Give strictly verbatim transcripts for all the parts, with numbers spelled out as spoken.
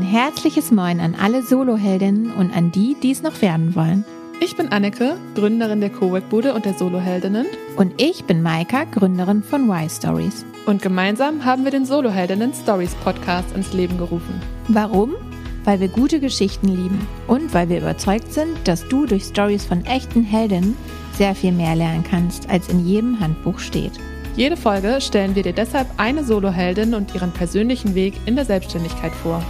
herzliches Moin an alle Soloheldinnen und an die, die es noch werden wollen. Ich bin Anneke, Gründerin der Cowork-Bude und der Soloheldinnen. Und ich bin Maika, Gründerin von Y-Stories. Und gemeinsam haben wir den Soloheldinnen Stories Podcast ins Leben gerufen. Warum? Weil wir gute Geschichten lieben und weil wir überzeugt sind, dass du durch Stories von echten Heldinnen sehr viel mehr lernen kannst, als in jedem Handbuch steht. Jede Folge stellen wir dir deshalb eine Soloheldin und ihren persönlichen Weg in der Selbstständigkeit vor.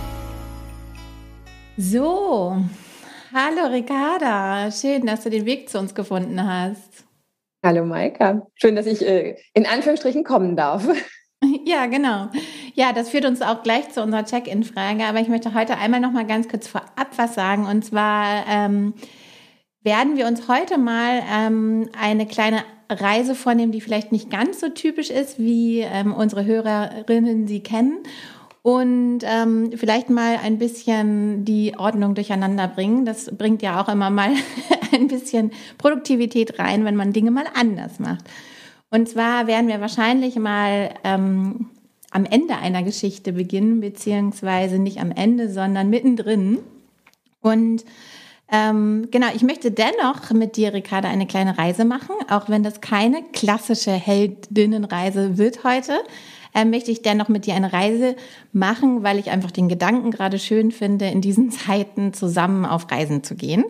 So, hallo Ricarda, schön, dass du den Weg zu uns gefunden hast. Hallo Maika, schön, dass ich äh, in Anführungsstrichen kommen darf. Ja, genau. Ja, das führt uns auch gleich zu unserer Check-in-Frage, aber ich möchte heute einmal noch mal ganz kurz vorab was sagen, und zwar ähm, werden wir uns heute mal ähm, eine kleine Reise vornehmen, die vielleicht nicht ganz so typisch ist, wie ähm, unsere Hörerinnen sie kennen. Und ähm, vielleicht mal ein bisschen die Ordnung durcheinander bringen. Das bringt ja auch immer mal ein bisschen Produktivität rein, wenn man Dinge mal anders macht. Und zwar werden wir wahrscheinlich mal ähm, am Ende einer Geschichte beginnen, beziehungsweise nicht am Ende, sondern mittendrin. Und ähm, genau, ich möchte dennoch mit dir, Ricarda, eine kleine Reise machen, auch wenn das keine klassische Heldinnenreise wird heute. Ähm, möchte ich dennoch mit dir eine Reise machen, weil ich einfach den Gedanken gerade schön finde, in diesen Zeiten zusammen auf Reisen zu gehen.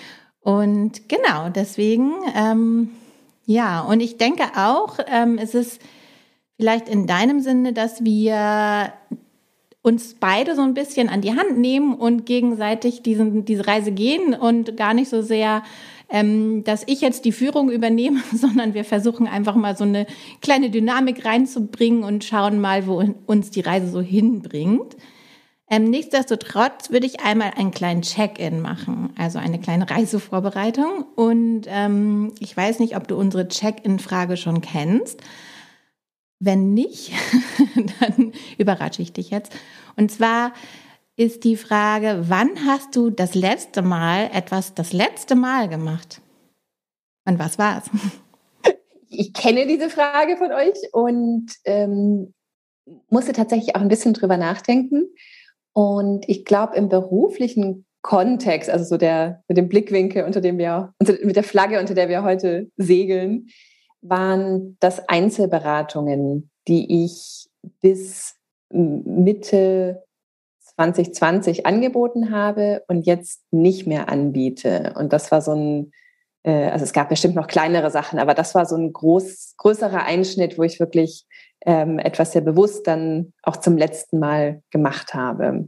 Und genau, deswegen, ähm, ja, und ich denke auch, ähm, es ist vielleicht in deinem Sinne, dass wir uns beide so ein bisschen an die Hand nehmen und gegenseitig diesen, diese Reise gehen und gar nicht so sehr, ähm, dass ich jetzt die Führung übernehme, sondern wir versuchen einfach mal so eine kleine Dynamik reinzubringen und schauen mal, wo uns die Reise so hinbringt. Ähm, nichtsdestotrotz würde ich einmal einen kleinen Check-in machen, also eine kleine Reisevorbereitung. Und ähm, ich weiß nicht, ob du unsere Check-in-Frage schon kennst. Wenn nicht, dann überrasche ich dich jetzt. Und zwar ist die Frage, wann hast du das letzte Mal etwas das letzte Mal gemacht? Und was war's? Ich kenne diese Frage von euch und ähm, musste tatsächlich auch ein bisschen drüber nachdenken. Und ich glaube, im beruflichen Kontext, also so der mit dem Blickwinkel, unter dem wir, mit der Flagge, unter der wir heute segeln, waren das Einzelberatungen, die ich bis Mitte zwanzig zwanzig angeboten habe und jetzt nicht mehr anbiete. Und das war so ein, äh, also es gab bestimmt noch kleinere Sachen, aber das war so ein groß, größerer Einschnitt, wo ich wirklich ähm, etwas sehr bewusst dann auch zum letzten Mal gemacht habe.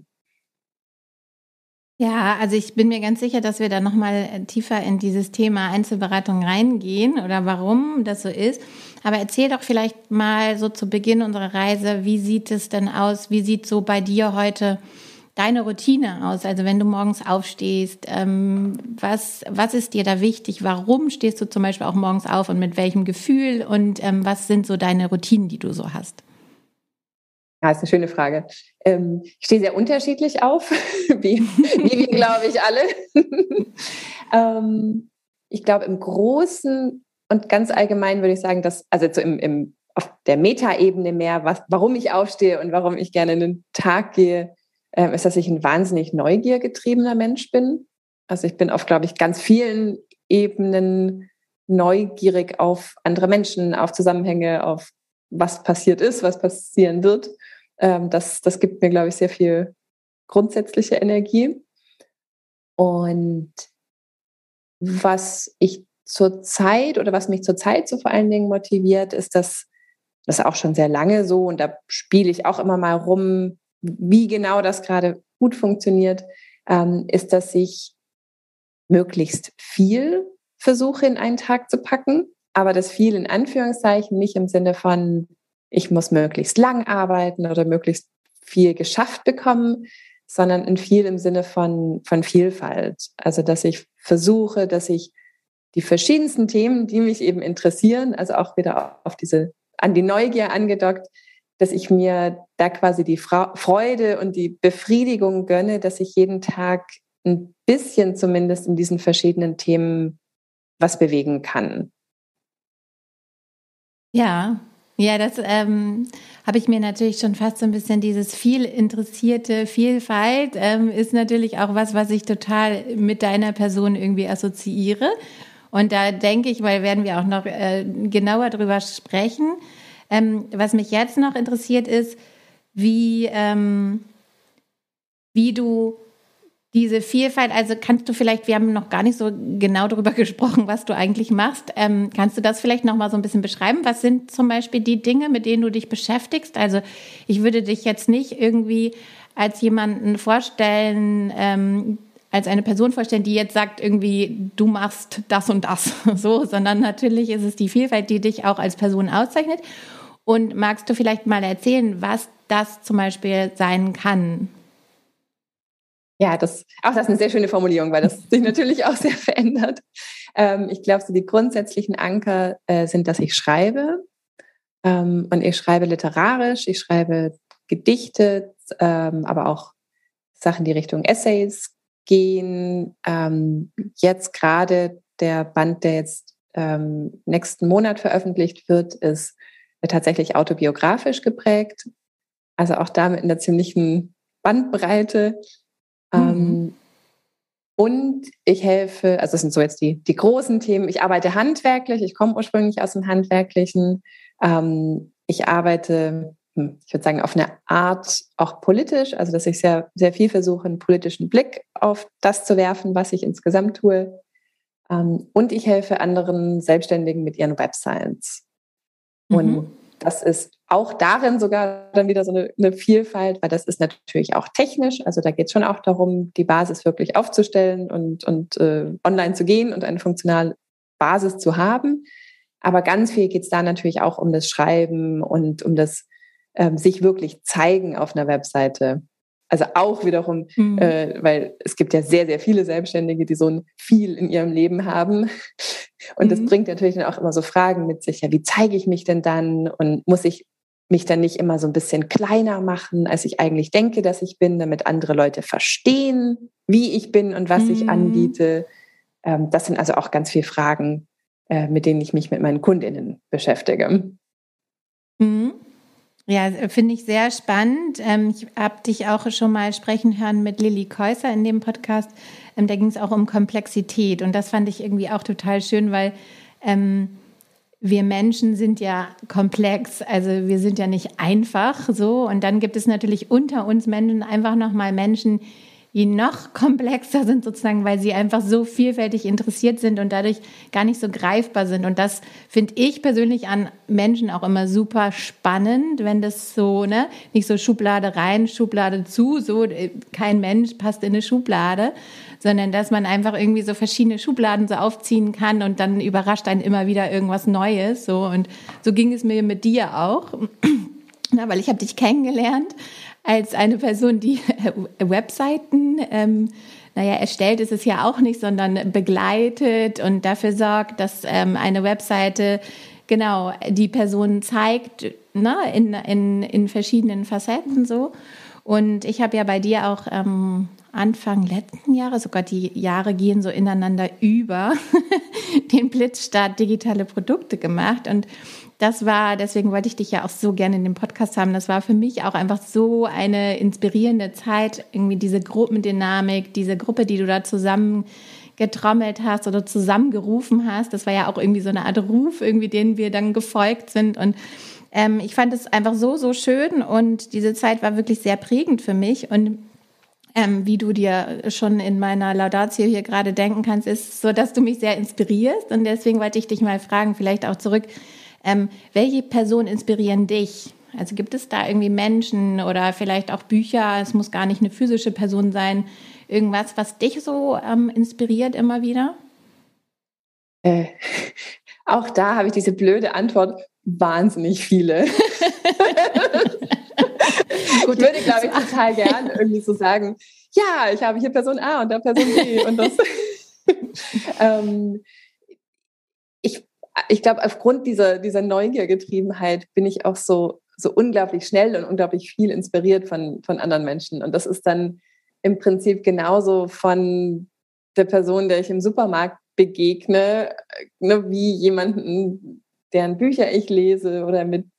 Ja, also ich bin mir ganz sicher, dass wir da nochmal tiefer in dieses Thema Einzelberatung reingehen oder warum das so ist. Aber erzähl doch vielleicht mal so zu Beginn unserer Reise, wie sieht es denn aus? Wie sieht so bei dir heute deine Routine aus? Also wenn du morgens aufstehst, ähm, was, was ist dir da wichtig? Warum stehst du zum Beispiel auch morgens auf und mit welchem Gefühl? Und ähm, was sind so deine Routinen, die du so hast? Ja, ist eine schöne Frage. Ähm, ich stehe sehr unterschiedlich auf, wie, wie wir, glaube ich, alle. ähm, ich glaube, im Großen und ganz allgemein würde ich sagen, dass, also so im, im, auf der Metaebene mehr, was, warum ich aufstehe und warum ich gerne in den Tag gehe, äh, ist, dass ich ein wahnsinnig neugiergetriebener Mensch bin. Also ich bin auf, glaube ich, ganz vielen Ebenen neugierig auf andere Menschen, auf Zusammenhänge, auf was passiert ist, was passieren wird. Ähm, das, das gibt mir, glaube ich, sehr viel grundsätzliche Energie. Und was ich zurzeit oder was mich zurzeit so vor allen Dingen motiviert, ist, dass das auch schon sehr lange so, und da spiele ich auch immer mal rum, wie genau das gerade gut funktioniert, ähm, ist, dass ich möglichst viel versuche in einen Tag zu packen, aber das viel in Anführungszeichen nicht im Sinne von, ich muss möglichst lang arbeiten oder möglichst viel geschafft bekommen, sondern in viel im Sinne von, von Vielfalt. Also, dass ich versuche, dass ich die verschiedensten Themen, die mich eben interessieren, also auch wieder auf diese, an die Neugier angedockt, dass ich mir da quasi die Freude und die Befriedigung gönne, dass ich jeden Tag ein bisschen zumindest in diesen verschiedenen Themen was bewegen kann. Ja, Ja, das ähm, habe ich mir natürlich schon fast so ein bisschen, dieses viel interessierte Vielfalt ähm, ist natürlich auch was, was ich total mit deiner Person irgendwie assoziiere. Und da denke ich, weil werden wir auch noch äh, genauer drüber sprechen. Ähm, was mich jetzt noch interessiert ist, wie, ähm, wie du diese Vielfalt, also kannst du vielleicht, wir haben noch gar nicht so genau darüber gesprochen, was du eigentlich machst. Ähm, kannst du das vielleicht noch mal so ein bisschen beschreiben? Was sind zum Beispiel die Dinge, mit denen du dich beschäftigst? Also ich würde dich jetzt nicht irgendwie als jemanden vorstellen, ähm, als eine Person vorstellen, die jetzt sagt, irgendwie, du machst das und das, so, sondern natürlich ist es die Vielfalt, die dich auch als Person auszeichnet. Und magst du vielleicht mal erzählen, was das zum Beispiel sein kann? Ja, das, auch das ist eine sehr schöne Formulierung, weil das sich natürlich auch sehr verändert. Ähm, ich glaube, so die grundsätzlichen Anker äh, sind, dass ich schreibe. Ähm, und ich schreibe literarisch, ich schreibe Gedichte, ähm, aber auch Sachen, die Richtung Essays gehen. Ähm, jetzt gerade der Band, der jetzt ähm, nächsten Monat veröffentlicht wird, ist äh, tatsächlich autobiografisch geprägt. Also auch da mit einer ziemlichen Bandbreite. Mhm. Und ich helfe, also das sind so jetzt die, die großen Themen. Ich arbeite handwerklich, ich komme ursprünglich aus dem Handwerklichen. Ich arbeite, ich würde sagen, auf eine Art auch politisch, also dass ich sehr, sehr viel versuche, einen politischen Blick auf das zu werfen, was ich insgesamt tue. Und ich helfe anderen Selbstständigen mit ihren Websites. Mhm. Und das ist auch darin sogar dann wieder so eine, eine Vielfalt, weil das ist natürlich auch technisch. Also da geht es schon auch darum, die Basis wirklich aufzustellen und, und äh, online zu gehen und eine funktionale Basis zu haben. Aber ganz viel geht es da natürlich auch um das Schreiben und um das ähm, sich wirklich zeigen auf einer Webseite. Also auch wiederum, mhm. äh, weil es gibt ja sehr, sehr viele Selbstständige, die so ein viel in ihrem Leben haben. Und mhm. das bringt natürlich dann auch immer so Fragen mit sich. Ja, wie zeige ich mich denn dann? Und muss ich mich dann nicht immer so ein bisschen kleiner machen, als ich eigentlich denke, dass ich bin, damit andere Leute verstehen, wie ich bin und was mhm. ich anbiete? Ähm, das sind also auch ganz viele Fragen, äh, mit denen ich mich mit meinen KundInnen beschäftige. Mhm. Ja, finde ich sehr spannend. Ich habe dich auch schon mal sprechen hören mit Lilly Käuser in dem Podcast. Da ging es auch um Komplexität und das fand ich irgendwie auch total schön, weil ähm, wir Menschen sind ja komplex, also wir sind ja nicht einfach so und dann gibt es natürlich unter uns Menschen einfach nochmal Menschen, die noch komplexer sind sozusagen, weil sie einfach so vielfältig interessiert sind und dadurch gar nicht so greifbar sind. Und das finde ich persönlich an Menschen auch immer super spannend, wenn das so, ne, nicht so Schublade rein, Schublade zu, so kein Mensch passt in eine Schublade, sondern dass man einfach irgendwie so verschiedene Schubladen so aufziehen kann und dann überrascht einen immer wieder irgendwas Neues. So. Und so ging es mir mit dir auch, na, weil ich habe dich kennengelernt als eine Person, die Webseiten, ähm, naja, erstellt ist es ja auch nicht, sondern begleitet und dafür sorgt, dass ähm, eine Webseite genau die Person zeigt, ne, in, in, in verschiedenen Facetten so. Und ich habe ja bei dir auch ähm, Anfang letzten Jahres, sogar die Jahre gehen so ineinander über, den Blitzstart digitale Produkte gemacht und das war, deswegen wollte ich dich ja auch so gerne in dem Podcast haben. Das war für mich auch einfach so eine inspirierende Zeit, irgendwie diese Gruppendynamik, diese Gruppe, die du da zusammen getrommelt hast oder zusammengerufen hast. Das war ja auch irgendwie so eine Art Ruf, irgendwie denen wir dann gefolgt sind. Und ähm, ich fand es einfach so, so schön und diese Zeit war wirklich sehr prägend für mich. Und ähm, wie du dir schon in meiner Laudatio hier gerade denken kannst, ist so, dass du mich sehr inspirierst. Und deswegen wollte ich dich mal fragen, vielleicht auch zurück, Ähm, welche Personen inspirieren dich? Also gibt es da irgendwie Menschen oder vielleicht auch Bücher, es muss gar nicht eine physische Person sein, irgendwas, was dich so ähm, inspiriert immer wieder? Äh, auch da habe ich diese blöde Antwort, wahnsinnig viele. Gut, ich würde, glaube ich, total gern irgendwie so sagen, ja, ich habe hier Person A und da Person B und das. ähm, ich Ich glaube, aufgrund dieser, dieser Neugiergetriebenheit bin ich auch so, so unglaublich schnell und unglaublich viel inspiriert von, von anderen Menschen. Und das ist dann im Prinzip genauso von der Person, der ich im Supermarkt begegne, ne, wie jemanden, deren Bücher ich lese oder mit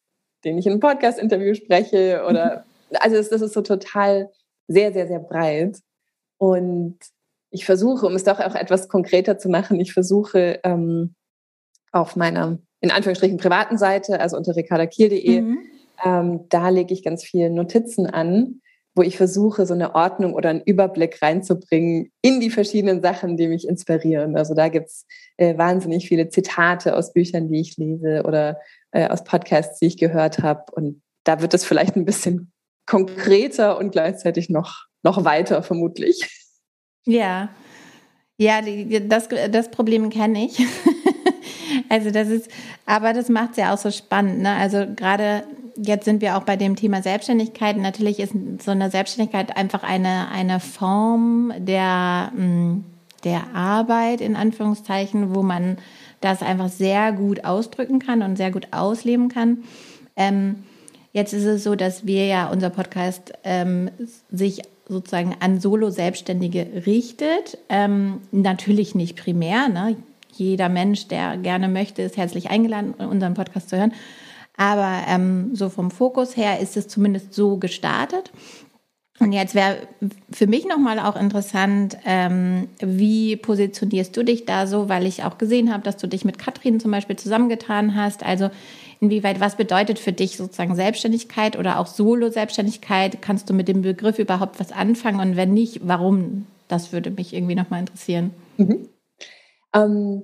den ich in einem Podcast-Interview spreche oder, also das, das ist so total sehr, sehr, sehr breit. Und ich versuche, um es doch auch etwas konkreter zu machen, ich versuche ähm, auf meiner, in Anführungsstrichen, privaten Seite, also unter ricarda kiel punkt de, mhm. ähm, da lege ich ganz viele Notizen an, wo ich versuche, so eine Ordnung oder einen Überblick reinzubringen in die verschiedenen Sachen, die mich inspirieren. Also da gibt's äh, wahnsinnig viele Zitate aus Büchern, die ich lese oder äh, aus Podcasts, die ich gehört habe. Und da wird es vielleicht ein bisschen konkreter und gleichzeitig noch, noch weiter, vermutlich. Ja, ja, die, das, das Problem kenne ich. Also das ist, aber das macht es ja auch so spannend, ne? Also gerade jetzt sind wir auch bei dem Thema Selbstständigkeit. Natürlich ist so eine Selbstständigkeit einfach eine, eine Form der, der Arbeit, in Anführungszeichen, wo man das einfach sehr gut ausdrücken kann und sehr gut ausleben kann. Ähm, jetzt ist es so, dass wir ja, unser Podcast ähm, sich sozusagen an Solo-Selbstständige richtet. Ähm, natürlich nicht primär, ne? Jeder Mensch, der gerne möchte, ist herzlich eingeladen, unseren Podcast zu hören. Aber ähm, so vom Fokus her ist es zumindest so gestartet. Und jetzt wäre für mich nochmal auch interessant, ähm, wie positionierst du dich da so, weil ich auch gesehen habe, dass du dich mit Katrin zum Beispiel zusammengetan hast. Also inwieweit, was bedeutet für dich sozusagen Selbstständigkeit oder auch Solo-Selbstständigkeit? Kannst du mit dem Begriff überhaupt was anfangen? Und wenn nicht, warum? Das würde mich irgendwie nochmal interessieren. Mhm. Ähm,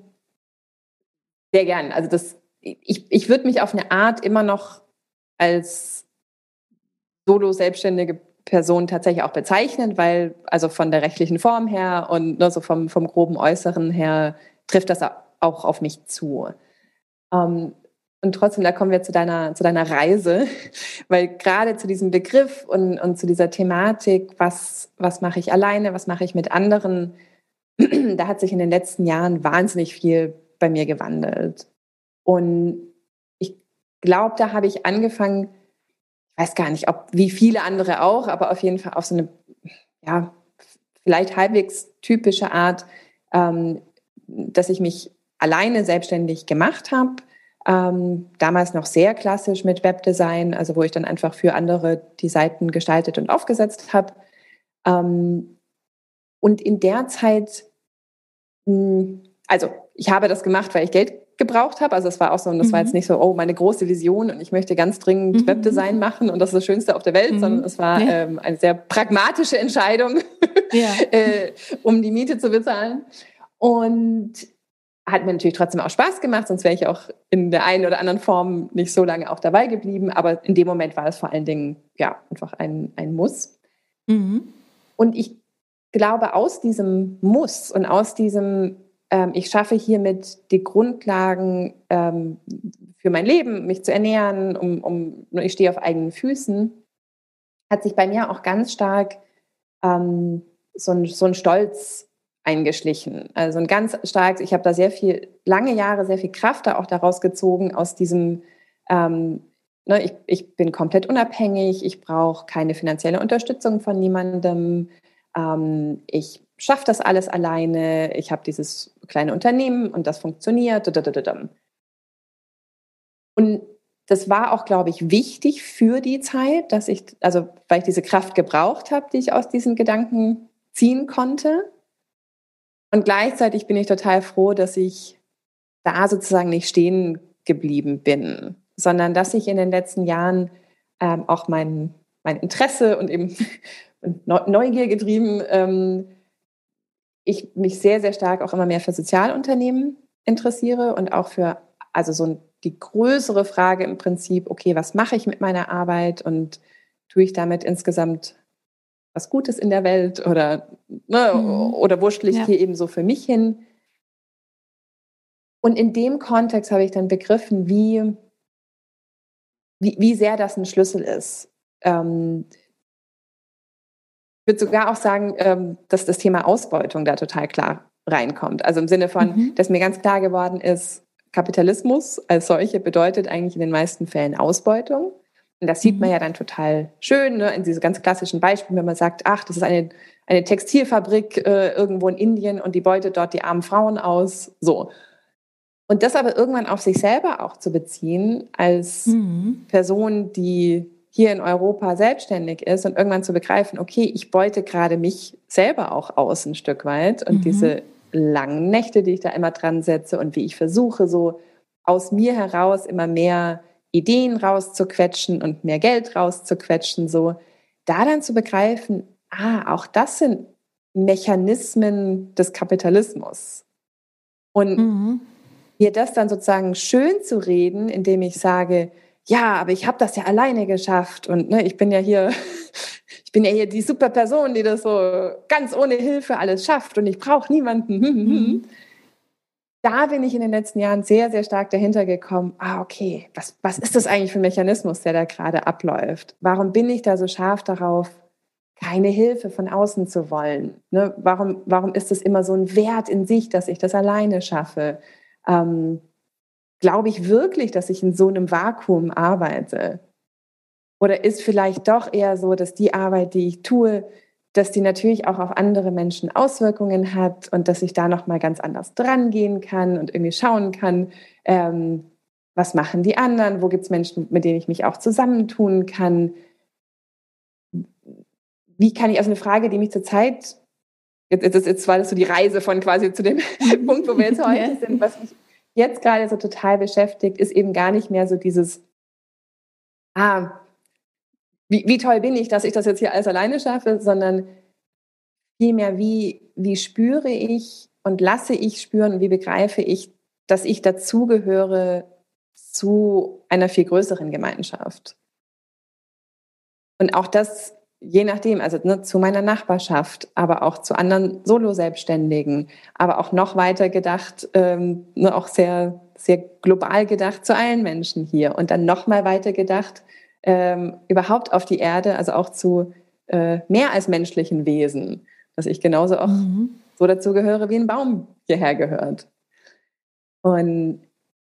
sehr gern. Also das, ich, ich würde mich auf eine Art immer noch als Solo-selbstständige Person tatsächlich auch bezeichnen, weil also von der rechtlichen Form her und nur so vom, vom groben Äußeren her trifft das auch auf mich zu. Ähm, und trotzdem, da kommen wir zu deiner, zu deiner Reise, weil gerade zu diesem Begriff und, und zu dieser Thematik, was, was mache ich alleine, was mache ich mit anderen, da hat sich in den letzten Jahren wahnsinnig viel bei mir gewandelt. Und ich glaube, da habe ich angefangen, ich weiß gar nicht, ob wie viele andere auch, aber auf jeden Fall auf so eine, ja, vielleicht halbwegs typische Art, ähm, dass ich mich alleine selbstständig gemacht habe. Ähm, damals noch sehr klassisch mit Webdesign, also wo ich dann einfach für andere die Seiten gestaltet und aufgesetzt habe. Ähm, und in der Zeit, also ich habe das gemacht, weil ich Geld gebraucht habe. Also es war auch so, und das mhm. war jetzt nicht so, oh, meine große Vision und ich möchte ganz dringend mhm. Webdesign machen und das ist das Schönste auf der Welt, mhm. sondern es war ja. ähm, eine sehr pragmatische Entscheidung, ja. äh, um die Miete zu bezahlen. Und hat mir natürlich trotzdem auch Spaß gemacht, sonst wäre ich auch in der einen oder anderen Form nicht so lange auch dabei geblieben. Aber in dem Moment war es vor allen Dingen ja einfach ein, ein Muss. Mhm. Und ich glaube, aus diesem Muss und aus diesem ähm, ich schaffe hiermit die Grundlagen ähm, für mein Leben, mich zu ernähren, um, um ich stehe auf eigenen Füßen, hat sich bei mir auch ganz stark ähm, so, ein, so ein Stolz eingeschlichen. Also ein ganz stark, ich habe da sehr viel, lange Jahre sehr viel Kraft da auch daraus gezogen, aus diesem, ähm, ne, ich, ich bin komplett unabhängig, ich brauche keine finanzielle Unterstützung von niemandem, ähm, ich schaffe das alles alleine, ich habe dieses kleine Unternehmen und das funktioniert. Und das war auch, glaube ich, wichtig für die Zeit, dass ich, also weil ich diese Kraft gebraucht habe, die ich aus diesen Gedanken ziehen konnte. Und gleichzeitig bin ich total froh, dass ich da sozusagen nicht stehen geblieben bin, sondern dass ich in den letzten Jahren ähm, auch mein, mein Interesse und eben Neugier getrieben, ähm, ich mich sehr, sehr stark auch immer mehr für Sozialunternehmen interessiere und auch für, also so die größere Frage im Prinzip, okay, was mache ich mit meiner Arbeit und tue ich damit insgesamt was Gutes in der Welt oder, ne, mhm. oder wurschtel ich ja. hier eben so für mich hin. Und in dem Kontext habe ich dann begriffen, wie, wie, wie sehr das ein Schlüssel ist. Ähm, ich würde sogar auch sagen, ähm, dass das Thema Ausbeutung da total klar reinkommt. Also im Sinne von, mhm. dass mir ganz klar geworden ist, Kapitalismus als solche bedeutet eigentlich in den meisten Fällen Ausbeutung. Und das sieht mhm. man ja dann total schön, ne, in diese ganz klassischen Beispielen, wenn man sagt, ach, das ist eine, eine Textilfabrik äh, irgendwo in Indien und die beutet dort die armen Frauen aus. So. Und das aber irgendwann auf sich selber auch zu beziehen, als mhm. Person, die hier in Europa selbstständig ist und irgendwann zu begreifen, okay, ich beute gerade mich selber auch aus ein Stück weit und mhm. diese langen Nächte, die ich da immer dran setze und wie ich versuche, so aus mir heraus immer mehr Ideen rauszuquetschen und mehr Geld rauszuquetschen, so da dann zu begreifen, ah, auch das sind Mechanismen des Kapitalismus. Und mhm. mir das dann sozusagen schön zu reden, indem ich sage, ja, aber ich habe das ja alleine geschafft und ne, ich bin ja hier, ich bin ja hier die super Person, die das so ganz ohne Hilfe alles schafft und ich brauche niemanden. Mhm. Da bin ich in den letzten Jahren sehr, sehr stark dahinter gekommen, ah, okay, was, was ist das eigentlich für ein Mechanismus, der da gerade abläuft? Warum bin ich da so scharf darauf, keine Hilfe von außen zu wollen? Ne? Warum, warum ist es immer so ein Wert in sich, dass ich das alleine schaffe? Ähm, glaube ich wirklich, dass ich in so einem Vakuum arbeite? Oder ist vielleicht doch eher so, dass die Arbeit, die ich tue, dass die natürlich auch auf andere Menschen Auswirkungen hat und dass ich da nochmal ganz anders dran gehen kann und irgendwie schauen kann, ähm, was machen die anderen, wo gibt es Menschen, mit denen ich mich auch zusammentun kann. Wie kann ich, also eine Frage, die mich zurzeit, jetzt, jetzt, jetzt war das so die Reise von quasi zu dem Punkt, wo wir jetzt heute ja. sind, was mich jetzt gerade so total beschäftigt, ist eben gar nicht mehr so dieses, ah, Wie, wie toll bin ich, dass ich das jetzt hier alles alleine schaffe, sondern vielmehr, wie, wie spüre ich und lasse ich spüren, wie begreife ich, dass ich dazugehöre zu einer viel größeren Gemeinschaft. Und auch das, je nachdem, also ne, zu meiner Nachbarschaft, aber auch zu anderen Solo-Selbstständigen, aber auch noch weiter gedacht, ähm, ne, auch sehr, sehr global gedacht zu allen Menschen hier und dann noch mal weiter gedacht, Ähm, überhaupt auf die Erde, also auch zu äh, mehr als menschlichen Wesen, dass ich genauso auch mhm. so dazu gehöre, wie ein Baum hierher gehört. Und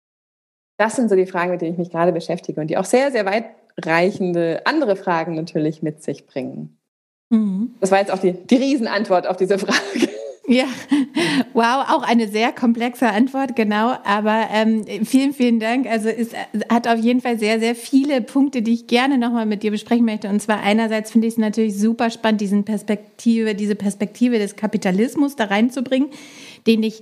das sind so die Fragen, mit denen ich mich gerade beschäftige und die auch sehr, sehr weitreichende andere Fragen natürlich mit sich bringen. Mhm. Das war jetzt auch die, die Riesenantwort auf diese Frage. Ja, wow, auch eine sehr komplexe Antwort, genau. Aber ähm, vielen, vielen Dank. Also es hat auf jeden Fall sehr, sehr viele Punkte, die ich gerne nochmal mit dir besprechen möchte. Und zwar einerseits finde ich es natürlich super spannend, diesen Perspektive, diese Perspektive des Kapitalismus da reinzubringen, den ich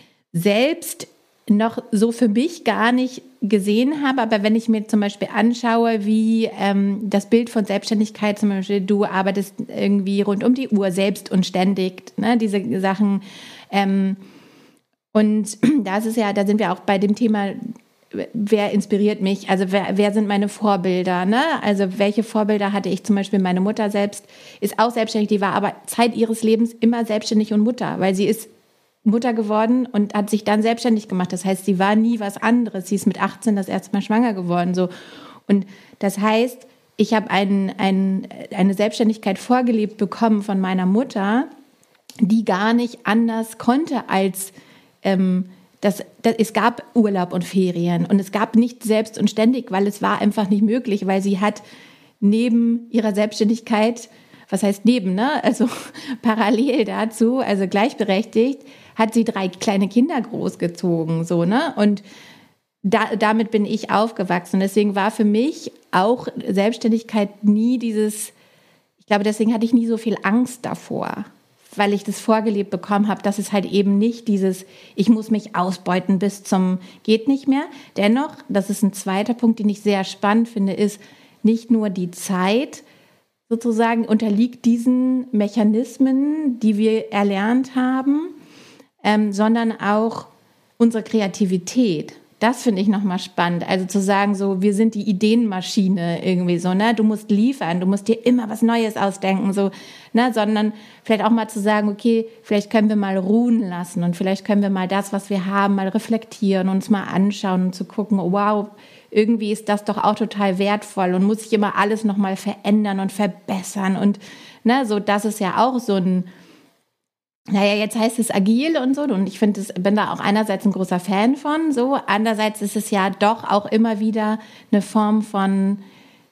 selbst noch so für mich gar nicht gesehen habe, aber wenn ich mir zum Beispiel anschaue, wie ähm, das Bild von Selbstständigkeit, zum Beispiel du arbeitest irgendwie rund um die Uhr selbst und ständig, ne, diese Sachen ähm, und da ist es ja, da sind wir auch bei dem Thema, wer inspiriert mich, also wer, wer sind meine Vorbilder, ne? Also welche Vorbilder hatte ich zum Beispiel, meine Mutter selbst ist auch selbstständig, die war aber Zeit ihres Lebens immer selbstständig und Mutter, weil sie ist Mutter geworden und hat sich dann selbstständig gemacht. Das heißt, sie war nie was anderes. Sie ist mit achtzehn das erste Mal schwanger geworden. So. Und das heißt, ich habe ein, ein, eine Selbstständigkeit vorgelebt bekommen von meiner Mutter, die gar nicht anders konnte als ähm, das, das, es gab Urlaub und Ferien und es gab nicht selbst und ständig, weil es war einfach nicht möglich, weil sie hat neben ihrer Selbstständigkeit, was heißt neben, ne? Also parallel dazu, also gleichberechtigt, hat sie drei kleine Kinder großgezogen, so, ne? Und da, damit bin ich aufgewachsen. Deswegen war für mich auch Selbstständigkeit nie dieses, ich glaube, deswegen hatte ich nie so viel Angst davor, weil ich das vorgelebt bekommen habe, dass es halt eben nicht dieses, ich muss mich ausbeuten bis zum geht nicht mehr. Dennoch, das ist ein zweiter Punkt, den ich sehr spannend finde, ist nicht nur die Zeit, sozusagen unterliegt diesen Mechanismen, die wir erlernt haben, ähm, sondern auch unsere Kreativität. Das finde ich nochmal spannend. Also zu sagen, so, wir sind die Ideenmaschine irgendwie so, ne? Du musst liefern, du musst dir immer was Neues ausdenken, so, ne? Sondern vielleicht auch mal zu sagen, okay, vielleicht können wir mal ruhen lassen und vielleicht können wir mal das, was wir haben, mal reflektieren, uns mal anschauen und zu gucken, wow, irgendwie ist das doch auch total wertvoll und muss ich immer alles nochmal verändern und verbessern und ne, so, das ist ja auch so ein, naja, jetzt heißt es agil und so und ich finde, bin da auch einerseits ein großer Fan von, so, andererseits ist es ja doch auch immer wieder eine Form von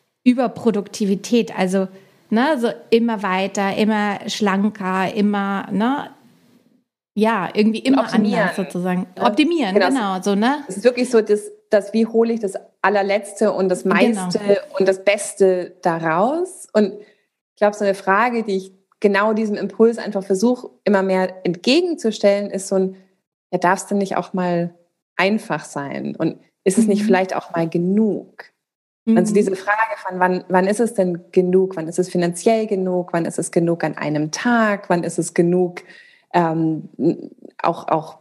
Überproduktivität, also ne, so immer weiter, immer schlanker, immer, ne, ja, irgendwie immer optimieren. anders sozusagen. Ja. Optimieren, genau. genau, so, ne? Es ist wirklich so, dass, dass wie hole ich das Allerletzte und das meiste genau. und das Beste daraus. Und ich glaube, so eine Frage, die ich genau diesem Impuls einfach versuche, immer mehr entgegenzustellen, ist so ein, ja, darf es denn nicht auch mal einfach sein? Und ist es mhm. nicht vielleicht auch mal genug? Mhm. Also diese Frage von, wann, wann ist es denn genug? Wann ist es finanziell genug? Wann ist es genug an einem Tag? Wann ist es genug ähm, auch, auch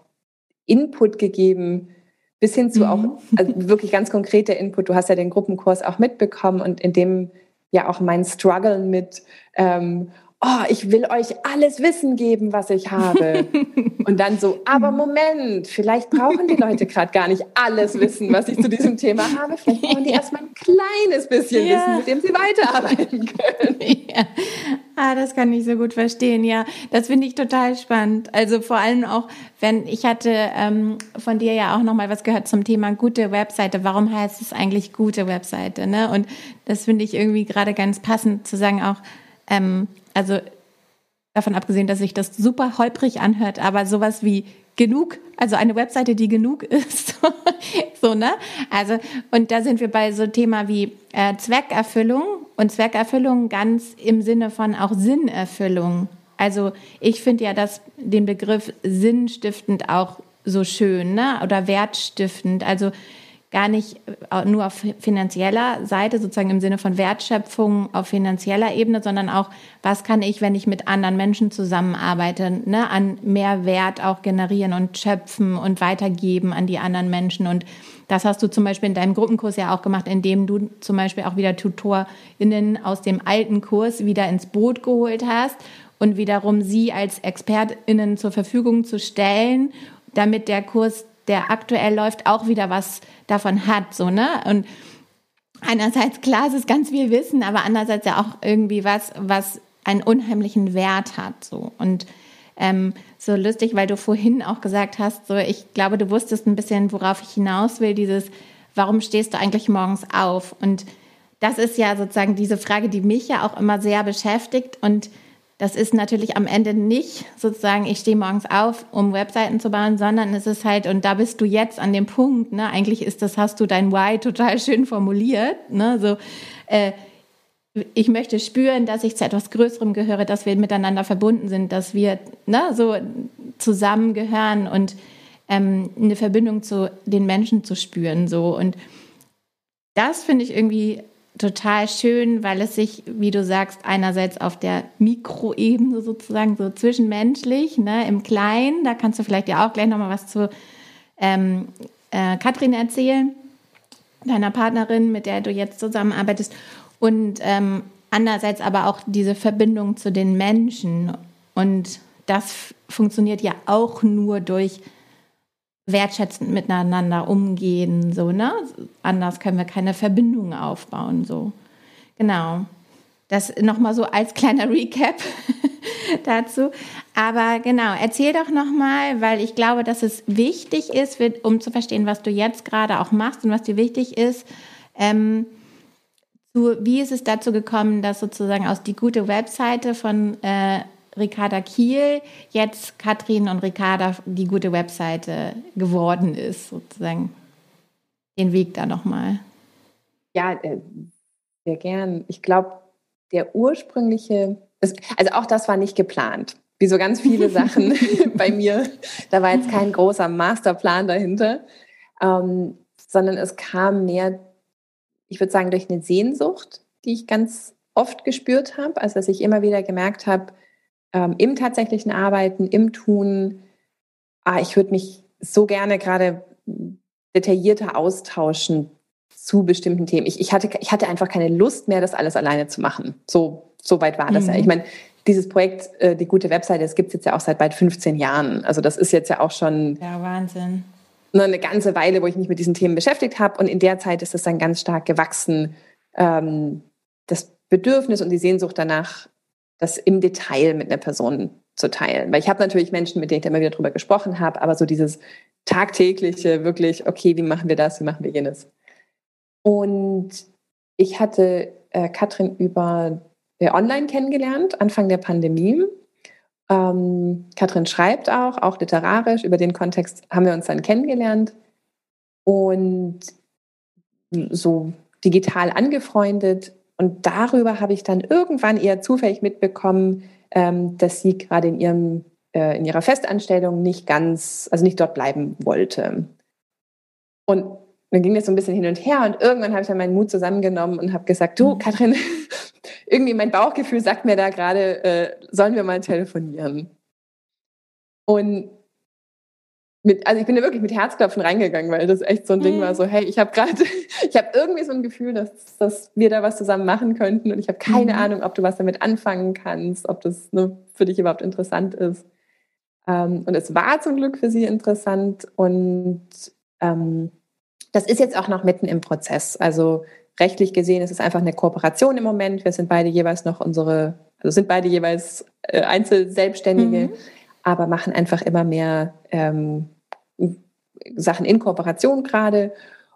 Input gegeben? Bis hin zu mhm. auch also wirklich ganz konkreter Input. Du hast ja den Gruppenkurs auch mitbekommen und in dem ja auch mein Struggle mit ähm, oh, ich will euch alles Wissen geben, was ich habe. Und dann so, aber Moment, vielleicht brauchen die Leute gerade gar nicht alles Wissen, was ich zu diesem Thema habe. Vielleicht brauchen die ja. erstmal ein kleines bisschen ja. Wissen, mit dem sie weiterarbeiten können. Ja. Ah, das kann ich so gut verstehen, ja. Das finde ich total spannend. Also vor allem auch, wenn ich hatte ähm, von dir ja auch nochmal was gehört zum Thema gute Webseite. Warum heißt es eigentlich gute Webseite? Ne? Und das finde ich irgendwie gerade ganz passend zu sagen auch, ähm, also davon abgesehen, dass sich das super holprig anhört, aber sowas wie genug, also eine Webseite, die genug ist, so, ne? Also, und da sind wir bei so Thema wie äh, Zweckerfüllung und Zweckerfüllung ganz im Sinne von auch Sinnerfüllung. Also ich finde ja das, den Begriff sinnstiftend auch so schön, ne? Oder wertstiftend, also gar nicht nur auf finanzieller Seite, sozusagen im Sinne von Wertschöpfung auf finanzieller Ebene, sondern auch, was kann ich, wenn ich mit anderen Menschen zusammenarbeite, ne, an mehr Wert auch generieren und schöpfen und weitergeben an die anderen Menschen. Und das hast du zum Beispiel in deinem Gruppenkurs ja auch gemacht, indem du zum Beispiel auch wieder TutorInnen aus dem alten Kurs wieder ins Boot geholt hast und wiederum sie als ExpertInnen zur Verfügung zu stellen, damit der Kurs, der aktuell läuft, auch wieder was davon hat, so, ne? Und einerseits, klar, es ist ganz viel Wissen, aber andererseits ja auch irgendwie was, was einen unheimlichen Wert hat, so. Und ähm, so lustig, weil du vorhin auch gesagt hast, so, ich glaube, du wusstest ein bisschen, worauf ich hinaus will, dieses, warum stehst du eigentlich morgens auf? Und das ist ja sozusagen diese Frage, die mich ja auch immer sehr beschäftigt. Und das ist natürlich am Ende nicht sozusagen, ich stehe morgens auf, um Webseiten zu bauen, sondern es ist halt, und da bist du jetzt an dem Punkt, ne, eigentlich ist das, hast du dein Why total schön formuliert, ne, so, äh, ich möchte spüren, dass ich zu etwas Größerem gehöre, dass wir miteinander verbunden sind, dass wir, ne, so zusammengehören und ähm, eine Verbindung zu den Menschen zu spüren, so. Und das finde ich irgendwie total schön, weil es sich, wie du sagst, einerseits auf der Mikroebene sozusagen so zwischenmenschlich, ne, im Kleinen, da kannst du vielleicht ja auch gleich nochmal was zu ähm, äh, Katrin erzählen, deiner Partnerin, mit der du jetzt zusammenarbeitest, und ähm, andererseits aber auch diese Verbindung zu den Menschen, und das f- funktioniert ja auch nur durch wertschätzend miteinander umgehen, so, ne? Anders können wir keine Verbindung aufbauen, so. Genau. Das nochmal so als kleiner Recap dazu. Aber genau, erzähl doch nochmal, weil ich glaube, dass es wichtig ist, um zu verstehen, was du jetzt gerade auch machst und was dir wichtig ist, ähm, so, wie ist es dazu gekommen, dass sozusagen aus die gute Webseite von äh, Ricarda Kiel jetzt Katrin und Ricarda die gute Webseite geworden ist, sozusagen. Den Weg da nochmal. Ja, äh, sehr gern. Ich glaube, der ursprüngliche, also auch das war nicht geplant. Wie so ganz viele Sachen bei mir. Da war jetzt kein großer Masterplan dahinter, ähm, sondern es kam mehr, ich würde sagen, durch eine Sehnsucht, die ich ganz oft gespürt habe. Also dass ich immer wieder gemerkt habe, im tatsächlichen Arbeiten, im Tun, ah, ich würde mich so gerne gerade detaillierter austauschen zu bestimmten Themen. Ich, ich, hatte, ich hatte einfach keine Lust mehr, das alles alleine zu machen. So, so weit war das mhm. ja. Ich meine, dieses Projekt, äh, die gute Webseite, das gibt es jetzt ja auch seit bald fünfzehn Jahren. Also das ist jetzt ja auch schon ja, Wahnsinn. eine ganze Weile, wo ich mich mit diesen Themen beschäftigt habe. Und in der Zeit ist es dann ganz stark gewachsen, ähm, das Bedürfnis und die Sehnsucht danach, das im Detail mit einer Person zu teilen. Weil ich habe natürlich Menschen, mit denen ich da immer wieder drüber gesprochen habe, aber so dieses tagtägliche, wirklich, okay, wie machen wir das, wie machen wir jenes? Und ich hatte äh, Katrin über äh, online kennengelernt, Anfang der Pandemie. Ähm, Katrin schreibt auch, auch literarisch. Über den Kontext haben wir uns dann kennengelernt und so digital angefreundet. Und darüber habe ich dann irgendwann eher zufällig mitbekommen, ähm, dass sie gerade in ihrem äh, in ihrer Festanstellung nicht ganz, also nicht dort bleiben wollte. Und dann ging das so ein bisschen hin und her und irgendwann habe ich dann meinen Mut zusammengenommen und habe gesagt, du, Katrin, irgendwie mein Bauchgefühl sagt mir da gerade, äh, sollen wir mal telefonieren? Und mit, also ich bin da wirklich mit Herzklopfen reingegangen, weil das echt so ein Ding war, so hey, ich habe gerade, ich habe irgendwie so ein Gefühl, dass, dass wir da was zusammen machen könnten und ich habe keine mhm. Ahnung, ob du was damit anfangen kannst, ob das ne, für dich überhaupt interessant ist. Ähm, und es war zum Glück für sie interessant und ähm, das ist jetzt auch noch mitten im Prozess. Also rechtlich gesehen ist es einfach eine Kooperation im Moment. Wir sind beide jeweils noch unsere, also sind beide jeweils äh, Einzelselbstständige, mhm. aber machen einfach immer mehr ähm, Sachen in Kooperation gerade.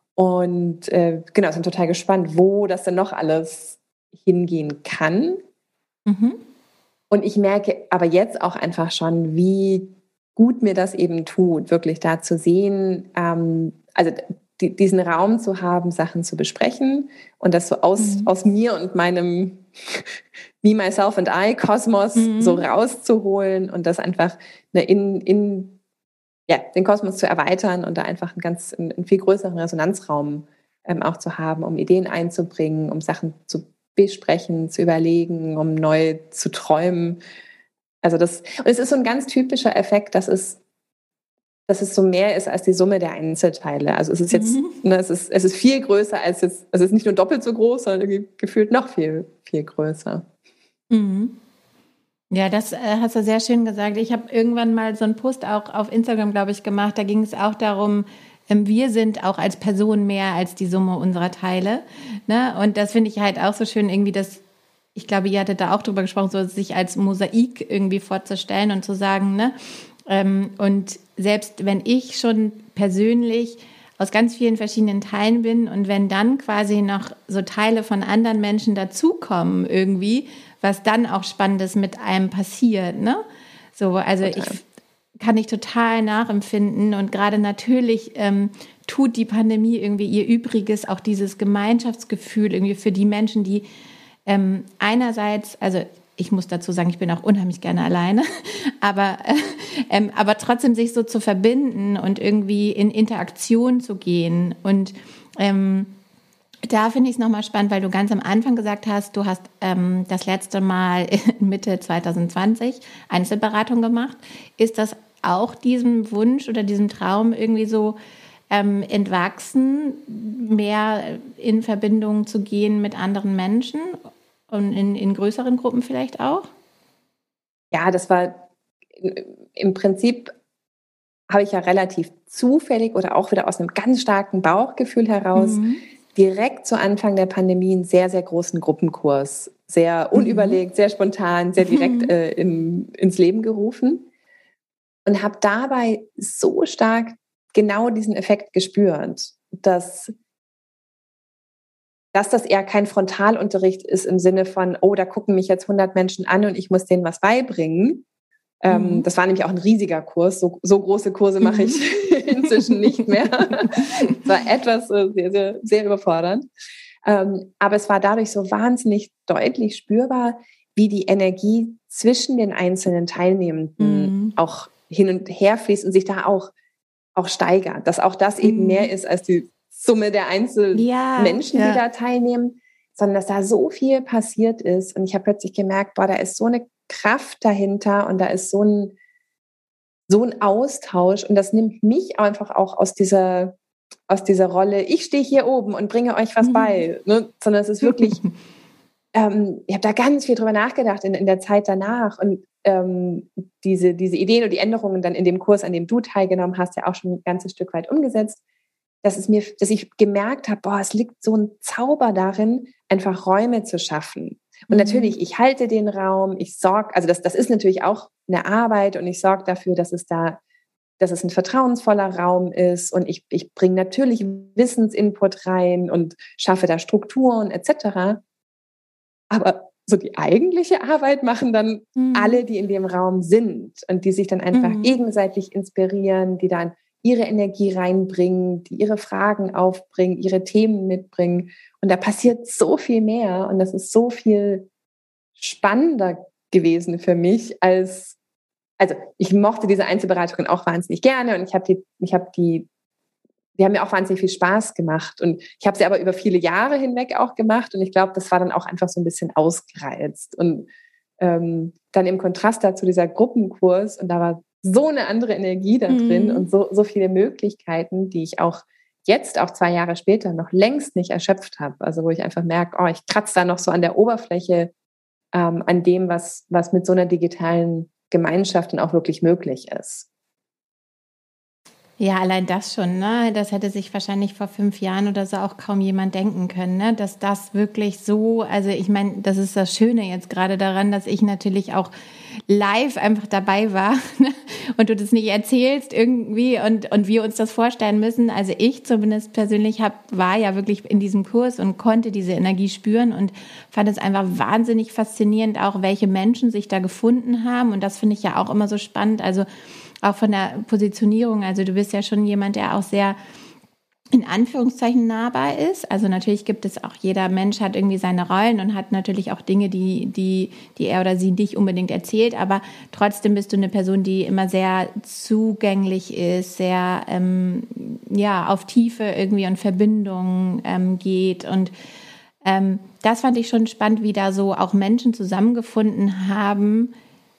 Und äh, genau, sind total gespannt, wo das denn noch alles hingehen kann. Mhm. Und ich merke aber jetzt auch einfach schon, wie gut mir das eben tut, wirklich da zu sehen, ähm, also die, diesen Raum zu haben, Sachen zu besprechen und das so aus, mhm. aus mir und meinem Me, Myself and I Kosmos mhm. so rauszuholen und das einfach ne, in, in ja, den Kosmos zu erweitern und da einfach einen ganz einen, einen viel größeren Resonanzraum ähm, auch zu haben, um Ideen einzubringen, um Sachen zu besprechen, zu überlegen, um neu zu träumen. Also das, und es ist so ein ganz typischer Effekt, dass es, dass es so mehr ist als die Summe der Einzelteile. Also es ist jetzt, mhm. ne, es ist, es ist viel größer als jetzt, es ist nicht nur doppelt so groß, sondern gefühlt noch viel, viel größer. Mhm. Ja, das äh, hast du sehr schön gesagt. Ich habe irgendwann mal so einen Post auch auf Instagram, glaube ich, gemacht. Da ging es auch darum, ähm, wir sind auch als Person mehr als die Summe unserer Teile. Ne? Und das finde ich halt auch so schön, irgendwie das, ich glaube, ihr hattet da auch drüber gesprochen, so sich als Mosaik irgendwie vorzustellen und zu sagen, ne? Ähm, und selbst wenn ich schon persönlich aus ganz vielen verschiedenen Teilen bin und wenn dann quasi noch so Teile von anderen Menschen dazukommen irgendwie, was dann auch Spannendes mit einem passiert, ne? So, also total. Ich kann ich total nachempfinden und gerade natürlich ähm, tut die Pandemie irgendwie ihr Übriges, auch dieses Gemeinschaftsgefühl irgendwie für die Menschen, die ähm, einerseits, also ich muss dazu sagen, ich bin auch unheimlich gerne alleine, aber, äh, ähm, aber trotzdem sich so zu verbinden und irgendwie in Interaktion zu gehen und ähm, da finde ich es nochmal spannend, weil du ganz am Anfang gesagt hast, du hast ähm, das letzte Mal Mitte zwanzig zwanzig Einzelberatung gemacht. Ist das auch diesem Wunsch oder diesem Traum irgendwie so ähm, entwachsen, mehr in Verbindung zu gehen mit anderen Menschen und in, in größeren Gruppen vielleicht auch? Ja, das war im Prinzip, habe ich ja relativ zufällig oder auch wieder aus einem ganz starken Bauchgefühl heraus mhm. direkt zu Anfang der Pandemie einen sehr, sehr großen Gruppenkurs, sehr unüberlegt, mhm. sehr spontan, sehr direkt mhm. äh, in, ins Leben gerufen und habe dabei so stark genau diesen Effekt gespürt, dass, dass das eher kein Frontalunterricht ist im Sinne von, oh, da gucken mich jetzt hundert Menschen an und ich muss denen was beibringen. Ähm, mhm. Das war nämlich auch ein riesiger Kurs. So, so große Kurse mache ich mhm. inzwischen nicht mehr. Es war etwas äh, sehr, sehr, sehr überfordernd. Ähm, aber es war dadurch so wahnsinnig deutlich spürbar, wie die Energie zwischen den einzelnen Teilnehmenden mhm. auch hin und her fließt und sich da auch, auch steigert. Dass auch das mhm. eben mehr ist als die Summe der einzelnen ja, Menschen, ja. die da teilnehmen, sondern dass da so viel passiert ist. Und ich habe plötzlich gemerkt, boah, da ist so eine Kraft dahinter und da ist so ein, so ein Austausch und das nimmt mich einfach auch aus dieser, aus dieser Rolle, ich stehe hier oben und bringe euch was mhm. bei, ne? Sondern es ist wirklich, ähm, ich habe da ganz viel drüber nachgedacht in, in der Zeit danach und ähm, diese, diese Ideen und die Änderungen dann in dem Kurs, an dem du teilgenommen hast, ja auch schon ein ganzes Stück weit umgesetzt, dass es mir, dass ich gemerkt habe, boah, es liegt so ein Zauber darin, einfach Räume zu schaffen. Und mhm. natürlich, ich halte den Raum, ich sorge, also das, das ist natürlich auch eine Arbeit und ich sorge dafür, dass es da, dass es ein vertrauensvoller Raum ist und ich, ich bringe natürlich Wissensinput rein und schaffe da Strukturen et cetera. Aber so die eigentliche Arbeit machen dann mhm. alle, die in dem Raum sind und die sich dann einfach mhm. gegenseitig inspirieren, die dann ihre Energie reinbringen, die ihre Fragen aufbringen, ihre Themen mitbringen. Und da passiert so viel mehr und das ist so viel spannender gewesen für mich als, also ich mochte diese Einzelberatungen auch wahnsinnig gerne und ich habe die, ich habe die, die haben mir auch wahnsinnig viel Spaß gemacht und ich habe sie aber über viele Jahre hinweg auch gemacht und ich glaube, das war dann auch einfach so ein bisschen ausgereizt und ähm, dann im Kontrast dazu dieser Gruppenkurs und da war so eine andere Energie da drin mhm. und so, so viele Möglichkeiten, die ich auch jetzt, auch zwei Jahre später, noch längst nicht erschöpft habe. Also wo ich einfach merke, oh, ich kratze da noch so an der Oberfläche ähm, an dem, was, was mit so einer digitalen Gemeinschaft dann auch wirklich möglich ist. Ja, allein das schon, ne? Das hätte sich wahrscheinlich vor fünf Jahren oder so auch kaum jemand denken können, ne? Dass das wirklich so, also ich meine, das ist das Schöne jetzt gerade daran, dass ich natürlich auch live einfach dabei war, ne? Und du das nicht erzählst irgendwie und, und wir uns das vorstellen müssen. Also ich zumindest persönlich hab, war ja wirklich in diesem Kurs und konnte diese Energie spüren und fand es einfach wahnsinnig faszinierend, auch welche Menschen sich da gefunden haben. Und das finde ich ja auch immer so spannend, also auch von der Positionierung, also du bist ja schon jemand, der auch sehr in Anführungszeichen nahbar ist. Also natürlich gibt es auch, jeder Mensch hat irgendwie seine Rollen und hat natürlich auch Dinge, die, die, die er oder sie nicht unbedingt erzählt, aber trotzdem bist du eine Person, die immer sehr zugänglich ist, sehr ähm, ja, auf Tiefe irgendwie und Verbindung ähm, geht und ähm, das fand ich schon spannend, wie da so auch Menschen zusammengefunden haben,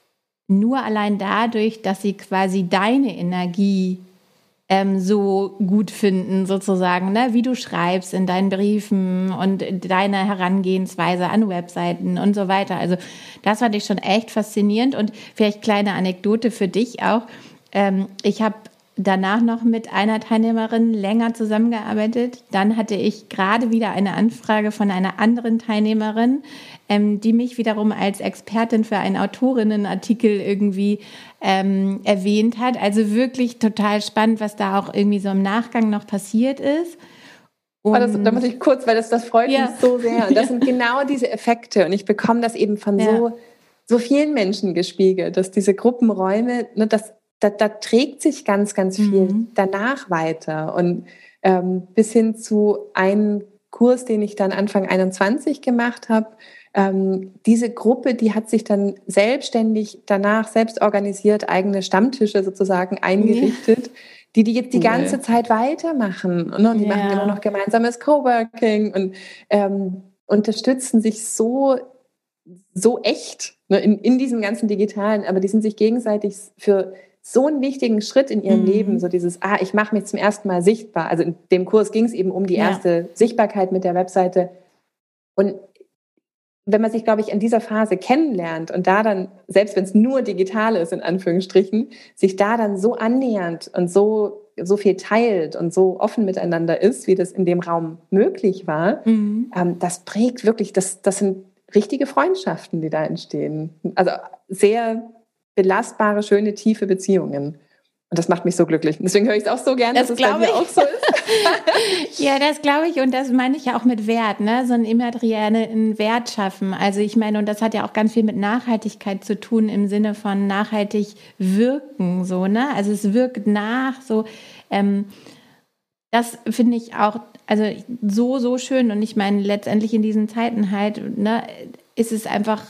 nur allein dadurch, dass sie quasi deine Energie ähm, so gut finden, sozusagen, ne? Wie du schreibst in deinen Briefen und deine Herangehensweise an Webseiten und so weiter. Also das fand ich schon echt faszinierend und vielleicht kleine Anekdote für dich auch. Ähm, ich habe danach noch mit einer Teilnehmerin länger zusammengearbeitet. Dann hatte ich gerade wieder eine Anfrage von einer anderen Teilnehmerin, ähm, die mich wiederum als Expertin für einen Autorinnenartikel irgendwie ähm, erwähnt hat. Also wirklich total spannend, was da auch irgendwie so im Nachgang noch passiert ist. Und das, da muss ich kurz, weil das, das freut ja. mich so sehr. Und das sind genau diese Effekte. Und ich bekomme das eben von ja. so, so vielen Menschen gespiegelt, dass diese Gruppenräume, ne, das Da, da trägt sich ganz, ganz viel mhm. danach weiter. Und ähm, bis hin zu einem Kurs, den ich dann Anfang einundzwanzig gemacht habe, ähm, diese Gruppe, die hat sich dann selbstständig danach, selbst organisiert, eigene Stammtische sozusagen eingerichtet, ja. die die jetzt die cool. ganze Zeit weitermachen. Und, und die ja. machen immer noch gemeinsames Coworking und ähm, unterstützen sich so, so echt ne, in, in diesem ganzen Digitalen. Aber die sind sich gegenseitig für so einen wichtigen Schritt in ihrem mhm. Leben, so dieses, ah, ich mache mich zum ersten Mal sichtbar. Also in dem Kurs ging es eben um die ja. erste Sichtbarkeit mit der Webseite. Und wenn man sich, glaube ich, in dieser Phase kennenlernt und da dann, selbst wenn es nur digital ist, in Anführungsstrichen, sich da dann so annähernd und so, so viel teilt und so offen miteinander ist, wie das in dem Raum möglich war, mhm. ähm, das prägt wirklich, das, das sind richtige Freundschaften, die da entstehen. Also sehr belastbare, schöne, tiefe Beziehungen. Und das macht mich so glücklich. Und deswegen höre ich es auch so gerne, das dass es bei mir auch so ist. Ja, das glaube ich. Und das meine ich ja auch mit Wert, ne? So einen immateriellen Wert schaffen. Also ich meine, und das hat ja auch ganz viel mit Nachhaltigkeit zu tun im Sinne von nachhaltig wirken, so, ne? Also es wirkt nach, so, ähm, das finde ich auch, also so, so schön. Und ich meine, letztendlich in diesen Zeiten halt, ne, ist es einfach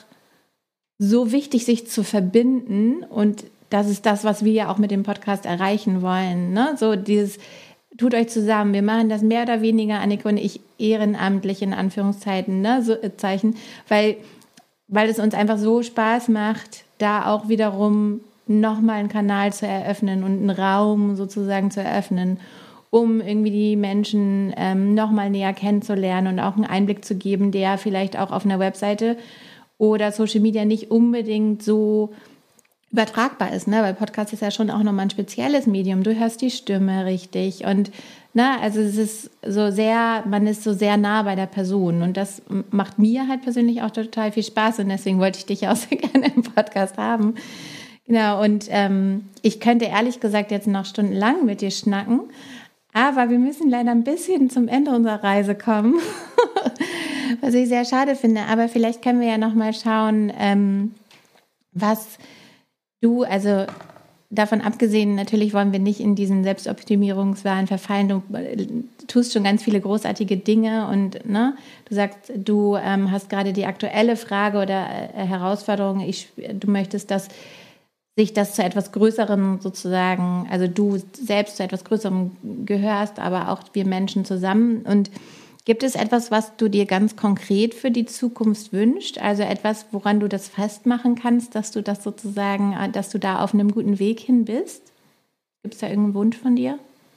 so wichtig, sich zu verbinden und das ist das, was wir ja auch mit dem Podcast erreichen wollen, ne? So dieses, tut euch zusammen, wir machen das mehr oder weniger, Annika und ich, ehrenamtlich in Anführungszeiten, ne? So, äh, Zeichen, weil, weil es uns einfach so Spaß macht, da auch wiederum nochmal einen Kanal zu eröffnen und einen Raum sozusagen zu eröffnen, um irgendwie die Menschen ähm, nochmal näher kennenzulernen und auch einen Einblick zu geben, der vielleicht auch auf einer Webseite oder Social Media nicht unbedingt so übertragbar ist, ne? Weil Podcast ist ja schon auch nochmal ein spezielles Medium. Du hörst die Stimme richtig und ne, also es ist so sehr, man ist so sehr nah bei der Person und das macht mir halt persönlich auch total viel Spaß und deswegen wollte ich dich auch sehr gerne im Podcast haben. Genau, und ähm, ich könnte ehrlich gesagt jetzt noch stundenlang mit dir schnacken, aber wir müssen leider ein bisschen zum Ende unserer Reise kommen. Was ich sehr schade finde. Aber vielleicht können wir ja noch mal schauen, ähm, was du, also davon abgesehen, natürlich wollen wir nicht in diesen Selbstoptimierungswahn verfallen. Du äh, tust schon ganz viele großartige Dinge und ne, du sagst, du ähm, hast gerade die aktuelle Frage oder äh, Herausforderung. Ich, du möchtest, dass sich das zu etwas Größerem sozusagen, also du selbst zu etwas Größerem gehörst, aber auch wir Menschen zusammen. Und gibt es etwas, was du dir ganz konkret für die Zukunft wünschst? Also etwas, woran du das festmachen kannst, dass du das sozusagen, dass du da auf einem guten Weg hin bist? Gibt es da irgendeinen Wunsch von dir?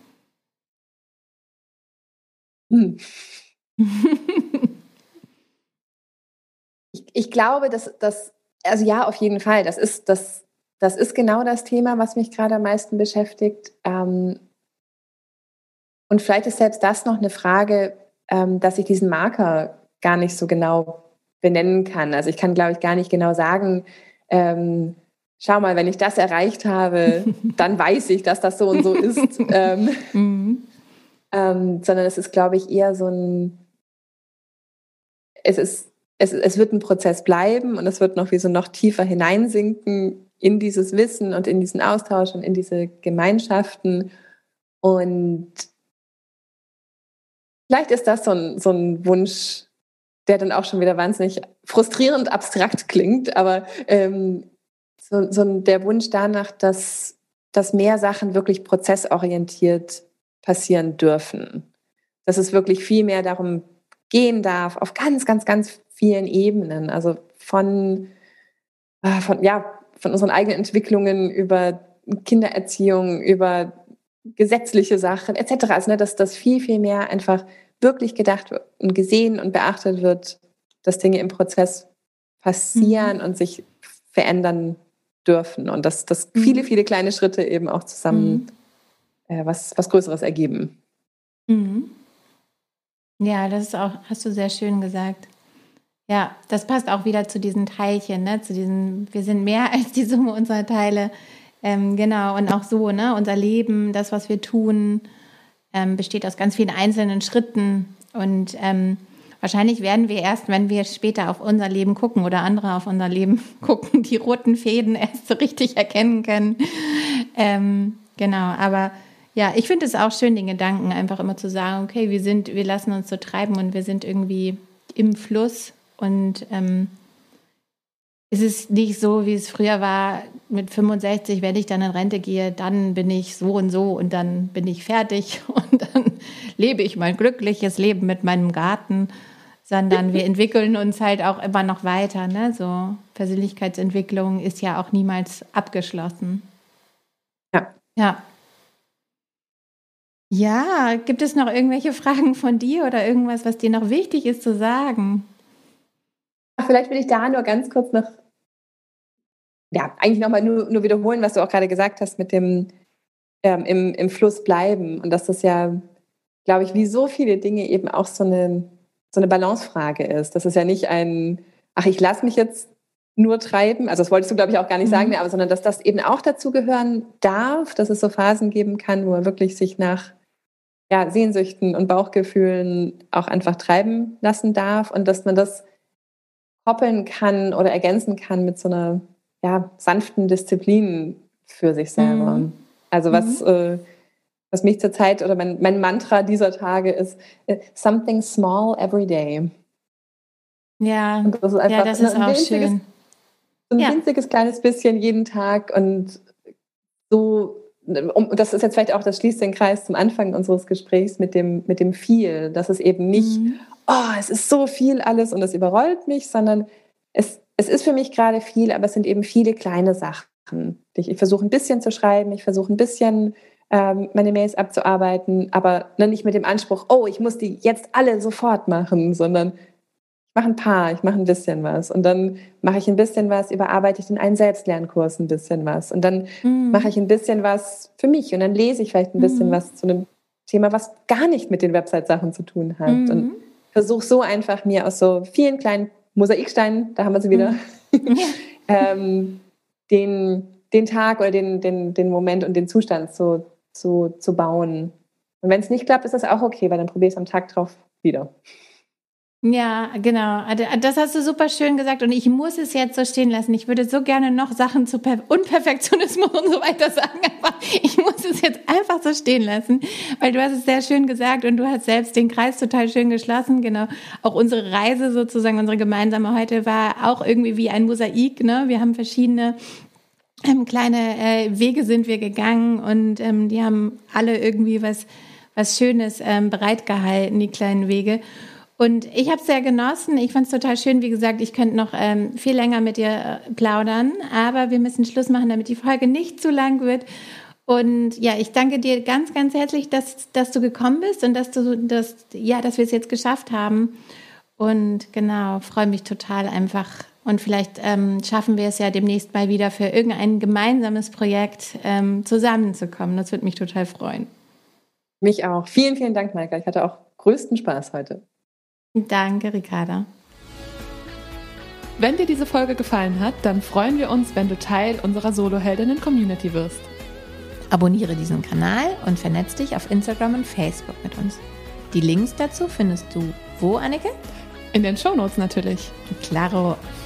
Hm. ich, ich glaube, dass das, also ja, auf jeden Fall, das ist, das, das ist genau das Thema, was mich gerade am meisten beschäftigt. Ähm, und vielleicht ist selbst das noch eine Frage, ähm, dass ich diesen Marker gar nicht so genau benennen kann. Also ich kann, glaube ich, gar nicht genau sagen, ähm, schau mal, wenn ich das erreicht habe, dann weiß ich, dass das so und so ist. ähm, Mhm. ähm, sondern es ist, glaube ich, eher so ein, es ist, es, es wird ein Prozess bleiben und es wird noch wie so noch tiefer hineinsinken in dieses Wissen und in diesen Austausch und in diese Gemeinschaften. Und vielleicht ist das so ein, so ein Wunsch, der dann auch schon wieder wahnsinnig frustrierend abstrakt klingt, aber ähm, so, so der Wunsch danach, dass, dass mehr Sachen wirklich prozessorientiert passieren dürfen. Dass es wirklich viel mehr darum gehen darf, auf ganz, ganz, ganz vielen Ebenen. Also von, äh, von, ja, von unseren eigenen Entwicklungen über Kindererziehung, über gesetzliche Sachen et cetera. Also ne, dass das viel, viel mehr einfach wirklich gedacht und gesehen und beachtet wird, dass Dinge im Prozess passieren Mhm. und sich verändern dürfen und dass, dass viele, Mhm. viele kleine Schritte eben auch zusammen Mhm. äh, was, was Größeres ergeben. Mhm. Ja, das ist auch, hast du sehr schön gesagt. Ja, das passt auch wieder zu diesen Teilchen, ne? Zu diesen, wir sind mehr als die Summe unserer Teile. Ähm, genau, und auch so, ne? Unser Leben, das, was wir tun, ähm, besteht aus ganz vielen einzelnen Schritten. Und ähm, wahrscheinlich werden wir erst, wenn wir später auf unser Leben gucken oder andere auf unser Leben gucken, die roten Fäden erst so richtig erkennen können. Ähm, genau, aber ja, ich finde es auch schön, den Gedanken einfach immer zu sagen, okay, wir sind, wir lassen uns so treiben und wir sind irgendwie im Fluss und ähm, es ist nicht so, wie es früher war, mit fünfundsechzig, wenn ich dann in Rente gehe, dann bin ich so und so und dann bin ich fertig und dann lebe ich mein glückliches Leben mit meinem Garten, sondern wir entwickeln uns halt auch immer noch weiter. Ne? So Persönlichkeitsentwicklung ist ja auch niemals abgeschlossen. Ja. Ja. Ja, gibt es noch irgendwelche Fragen von dir oder irgendwas, was dir noch wichtig ist zu sagen? Vielleicht will ich da nur ganz kurz noch, ja, eigentlich nochmal nur, nur wiederholen, was du auch gerade gesagt hast mit dem ähm, im, im Fluss bleiben und dass das ja, glaube ich, wie so viele Dinge eben auch so eine, so eine Balancefrage ist. Das ist ja nicht ein, ach, ich lasse mich jetzt nur treiben, also das wolltest du, glaube ich, auch gar nicht sagen, Mhm. aber sondern dass das eben auch dazu gehören darf, dass es so Phasen geben kann, wo man wirklich sich nach ja, Sehnsüchten und Bauchgefühlen auch einfach treiben lassen darf und dass man das koppeln kann oder ergänzen kann mit so einer ja, sanften Disziplin für sich selber. Mhm. Also was, Mhm. äh, was mich zurzeit oder mein, mein Mantra dieser Tage ist, äh, something small every day. Ja, Und das ist ja, einfach das ist ein auch winziges, schön. so ein Ja. winziges kleines bisschen jeden Tag und so, und das ist jetzt vielleicht auch, das schließt den Kreis zum Anfang unseres Gesprächs mit dem, mit dem viel, dass es eben nicht, Mhm. oh, es ist so viel alles und es überrollt mich, sondern es, es ist für mich gerade viel, aber es sind eben viele kleine Sachen. Ich, ich versuche ein bisschen zu schreiben, ich versuche ein bisschen ähm, meine Mails abzuarbeiten, aber ne, nicht mit dem Anspruch, oh, ich muss die jetzt alle sofort machen, sondern ich mache ein paar, ich mache ein bisschen was und dann mache ich ein bisschen was, überarbeite ich in einen Selbstlernkurs ein bisschen was und dann mache ich Mhm. ein bisschen was für mich und dann lese ich vielleicht ein bisschen Mhm. was zu einem Thema, was gar nicht mit den Website-Sachen zu tun hat und Mhm. versuche so einfach mir aus so vielen kleinen Mosaiksteinen, da haben wir sie wieder, Mhm. Ja. ähm, den, den Tag oder den, den, den Moment und den Zustand zu, zu, zu bauen. Und wenn es nicht klappt, ist das auch okay, weil dann probiere ich es am Tag drauf wieder. Ja, genau. Das hast du super schön gesagt und ich muss es jetzt so stehen lassen. Ich würde so gerne noch Sachen zu Per- Unperfektionismus und so weiter sagen, aber ich muss es jetzt einfach so stehen lassen, weil du hast es sehr schön gesagt und du hast selbst den Kreis total schön geschlossen. Genau. Auch unsere Reise sozusagen, unsere gemeinsame heute war auch irgendwie wie ein Mosaik, ne? Wir haben verschiedene ähm, kleine äh, Wege sind wir gegangen und ähm, die haben alle irgendwie was, was Schönes ähm, bereitgehalten, die kleinen Wege. Und ich habe es sehr genossen. Ich fand es total schön. Wie gesagt, ich könnte noch ähm, viel länger mit dir äh, plaudern, aber wir müssen Schluss machen, damit die Folge nicht zu lang wird. Und ja, ich danke dir ganz, ganz herzlich, dass, dass du gekommen bist und dass du, dass, ja, dass wir es jetzt geschafft haben. Und genau, freue mich total einfach. Und vielleicht ähm, schaffen wir es ja demnächst mal wieder für irgendein gemeinsames Projekt ähm, zusammenzukommen. Das würde mich total freuen. Mich auch. Vielen, vielen Dank, Maika. Ich hatte auch größten Spaß heute. Danke, Ricarda. Wenn dir diese Folge gefallen hat, dann freuen wir uns, wenn du Teil unserer Solo-Heldinnen-Community wirst. Abonniere diesen Kanal und vernetz dich auf Instagram und Facebook mit uns. Die Links dazu findest du wo, Anneke? In den Shownotes natürlich. Claro.